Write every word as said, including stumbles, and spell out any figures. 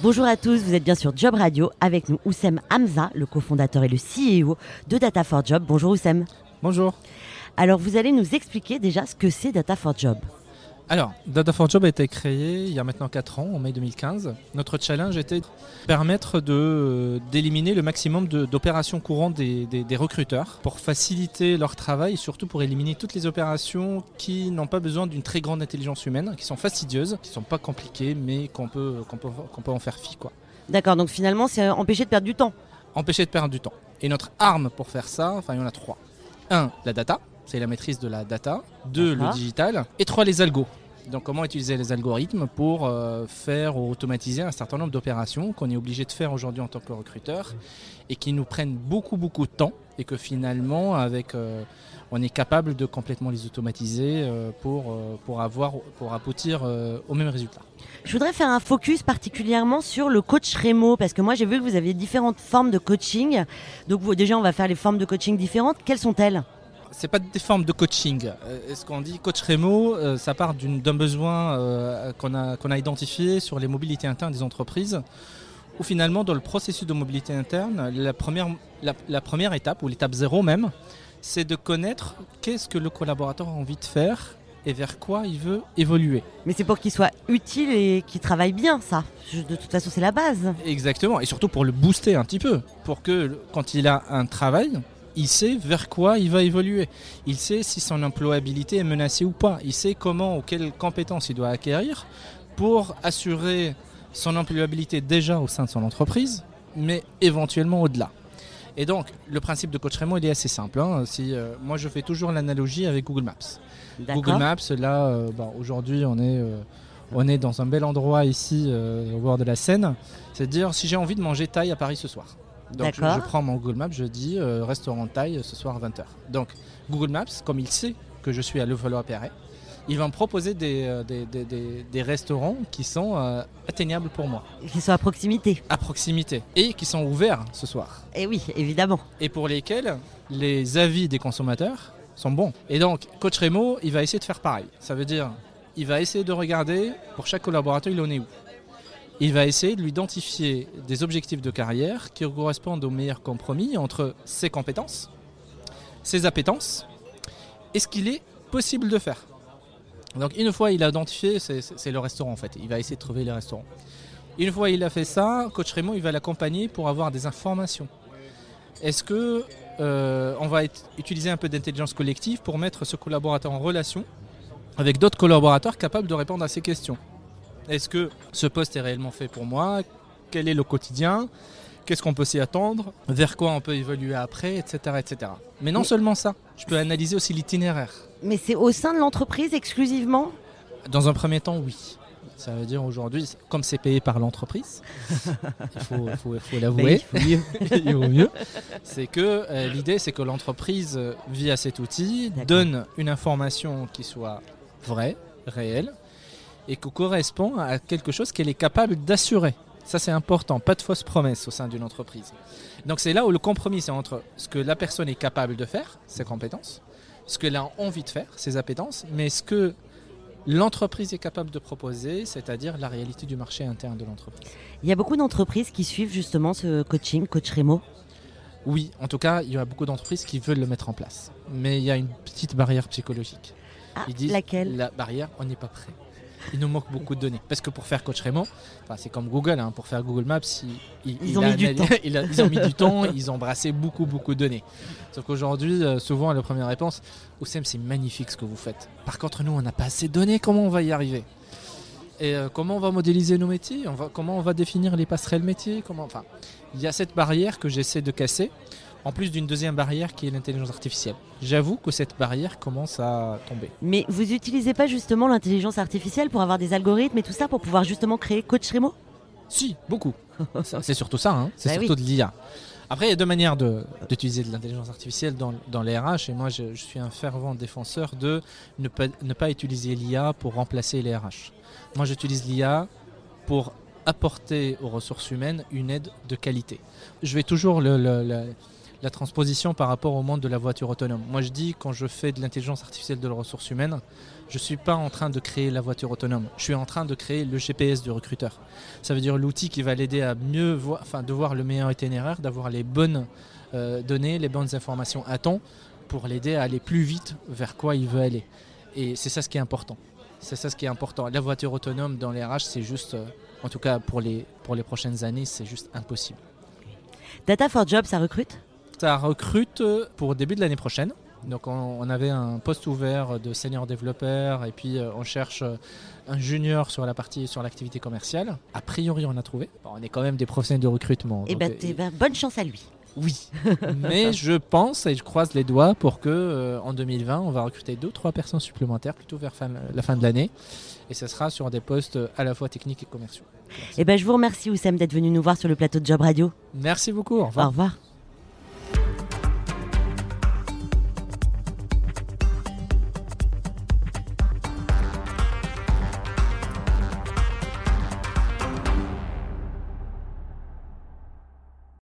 Bonjour à tous, vous êtes bien sur Job Radio. Avec nous, Oussem Hamza, le cofondateur et le C E O de Data for Job. Bonjour Oussem. Bonjour. Alors, vous allez nous expliquer déjà ce que c'est Data for Job. Alors, Data for Job a été créé il y a maintenant quatre ans, en mai deux mille quinze. Notre challenge était de permettre de, d'éliminer le maximum de, d'opérations courantes des, des, des recruteurs pour faciliter leur travail et surtout pour éliminer toutes les opérations qui n'ont pas besoin d'une très grande intelligence humaine, qui sont fastidieuses, qui ne sont pas compliquées, mais qu'on peut, qu'on peut, qu'on peut en faire fi, quoi. D'accord, donc finalement, c'est empêcher de perdre du temps. Empêcher de perdre du temps. Et notre arme pour faire ça, enfin, il y en a trois. Un, la data. C'est la maîtrise de la data. Deux, D'accord. le digital. Et trois, les algos. Donc comment utiliser les algorithmes pour euh, faire ou automatiser un certain nombre d'opérations qu'on est obligé de faire aujourd'hui en tant que recruteur et qui nous prennent beaucoup beaucoup de temps et que finalement avec, euh, on est capable de complètement les automatiser euh, pour, euh, pour, avoir, pour aboutir euh, au même résultat. Je voudrais faire un focus particulièrement sur le coach Rémo, parce que moi j'ai vu que vous aviez différentes formes de coaching. Donc vous, déjà on va faire les formes de coaching différentes. Quelles sont-elles ? C'est pas des formes de coaching. Euh, ce qu'on dit coach Rémo, euh, ça part d'une, d'un besoin euh, qu'on a, qu'on a identifié sur les mobilités internes des entreprises, où finalement dans le processus de mobilité interne, la première, la, la première étape, ou l'étape zéro même, c'est de connaître qu'est-ce que le collaborateur a envie de faire et vers quoi il veut évoluer. Mais c'est pour qu'il soit utile et qu'il travaille bien, ça. Je, de toute façon, c'est la base. Exactement, et surtout pour le booster un petit peu, pour que quand il a un travail, il sait vers quoi il va évoluer. Il sait si son employabilité est menacée ou pas. Il sait comment ou quelles compétences il doit acquérir pour assurer son employabilité déjà au sein de son entreprise, mais éventuellement au-delà. Et donc, le principe de Coach Rémo, il est assez simple. Hein. Si, euh, moi, je fais toujours l'analogie avec Google Maps. D'accord. Google Maps, là, euh, bon, aujourd'hui, on est, euh, on est dans un bel endroit ici, euh, au bord de la Seine. C'est-à-dire, si j'ai envie de manger thaï à Paris ce soir. Donc je, je prends mon Google Maps, je dis euh, restaurant thaï ce soir à vingt heures. Donc Google Maps, comme il sait que je suis à Levallois-Perret, il va me proposer des, euh, des, des, des, des restaurants qui sont euh, atteignables pour moi. Qui sont à proximité. À proximité. Et qui sont ouverts ce soir. Et oui, évidemment. Et pour lesquels les avis des consommateurs sont bons. Et donc Coach Rémo, il va essayer de faire pareil. Ça veut dire, il va essayer de regarder pour chaque collaborateur, il en est où. Il va essayer de lui identifier des objectifs de carrière qui correspondent au meilleur compromis entre ses compétences, ses appétences et ce qu'il est possible de faire. Donc une fois il a identifié, c'est, c'est le restaurant en fait, il va essayer de trouver les restaurants. Une fois il a fait ça, Coach Rémo il va l'accompagner pour avoir des informations. Est-ce que euh, on va être, utiliser un peu d'intelligence collective pour mettre ce collaborateur en relation avec d'autres collaborateurs capables de répondre à ces questions? Est-ce que ce poste est réellement fait pour moi? Quel est le quotidien? Qu'est-ce qu'on peut s'y attendre? Vers quoi on peut évoluer après, et cetera, et cetera. Mais non Mais... seulement ça, je peux analyser aussi l'itinéraire. Mais c'est au sein de l'entreprise exclusivement? Dans un premier temps, oui. Ça veut dire aujourd'hui, comme c'est payé par l'entreprise, il faut, faut, faut l'avouer, Ben, il faut mieux. il vaut mieux. C'est que euh, l'idée, c'est que l'entreprise, via cet outil, D'accord. donne une information qui soit vraie, réelle, et qui correspond à quelque chose qu'elle est capable d'assurer. Ça, c'est important. Pas de fausses promesses au sein d'une entreprise. Donc, c'est là où le compromis, c'est entre ce que la personne est capable de faire, ses compétences, ce qu'elle a envie de faire, ses appétences, mais ce que l'entreprise est capable de proposer, c'est-à-dire la réalité du marché interne de l'entreprise. Il y a beaucoup d'entreprises qui suivent justement ce coaching, Coach Rémo. Oui, en tout cas, il y a beaucoup d'entreprises qui veulent le mettre en place. Mais il y a une petite barrière psychologique. Ah, Ils disent, laquelle? La barrière, on n'est pas prêt. Il nous manque beaucoup de données. Parce que pour faire Coach Rémo, c'est comme Google, hein, pour faire Google Maps, il, il, ils, il ont a mis du temps. il a, ils ont mis du temps, ils ont brassé beaucoup, beaucoup de données. Sauf qu'aujourd'hui, euh, souvent, la première réponse, Oussem, c'est magnifique ce que vous faites. Par contre, nous, on n'a pas assez de données, comment on va y arriver? Et euh, comment on va modéliser nos métiers? on va, Comment on va définir les passerelles métiers? comment, enfin, il y a cette barrière que j'essaie de casser. En plus d'une deuxième barrière qui est l'intelligence artificielle. J'avoue que cette barrière commence à tomber. Mais vous n'utilisez pas justement l'intelligence artificielle pour avoir des algorithmes et tout ça pour pouvoir justement créer Coach Rémo? Si, beaucoup. C'est surtout ça, hein. c'est bah surtout oui. de l'I A. Après, il y a deux manières de, d'utiliser de l'intelligence artificielle dans, dans les R H. Et moi, je, je suis un fervent défenseur de ne pas, ne pas utiliser l'I A pour remplacer les R H. Moi, j'utilise l'I A pour apporter aux ressources humaines une aide de qualité. Je vais toujours le... le, le la transposition par rapport au monde de la voiture autonome. Moi je dis, quand je fais de l'intelligence artificielle de la ressource humaine, je ne suis pas en train de créer la voiture autonome, je suis en train de créer le G P S du recruteur. Ça veut dire l'outil qui va l'aider à mieux voir, enfin, de voir le meilleur itinéraire, d'avoir les bonnes euh, données, les bonnes informations à temps pour l'aider à aller plus vite vers quoi il veut aller. Et c'est ça ce qui est important. C'est ça ce qui est important. La voiture autonome dans les R H, c'est juste, euh, en tout cas pour les, pour les prochaines années, c'est juste impossible. Data for Job, ça recrute ? Ça recrute pour début de l'année prochaine. Donc on, on avait un poste ouvert de senior développeur et puis euh, on cherche un junior sur la partie sur l'activité commerciale. A priori on a trouvé. Bon, on est quand même des professionnels de recrutement. Eh ben, euh, ben bonne chance à lui. Oui, mais je pense et je croise les doigts pour que euh, en deux mille vingt on va recruter deux ou trois personnes supplémentaires plutôt vers fin, la fin de l'année et ce sera sur des postes à la fois techniques et commerciaux. Eh ben, je vous remercie Oussem d'être venu nous voir sur le plateau de Job Radio. Merci beaucoup, au revoir. Au revoir.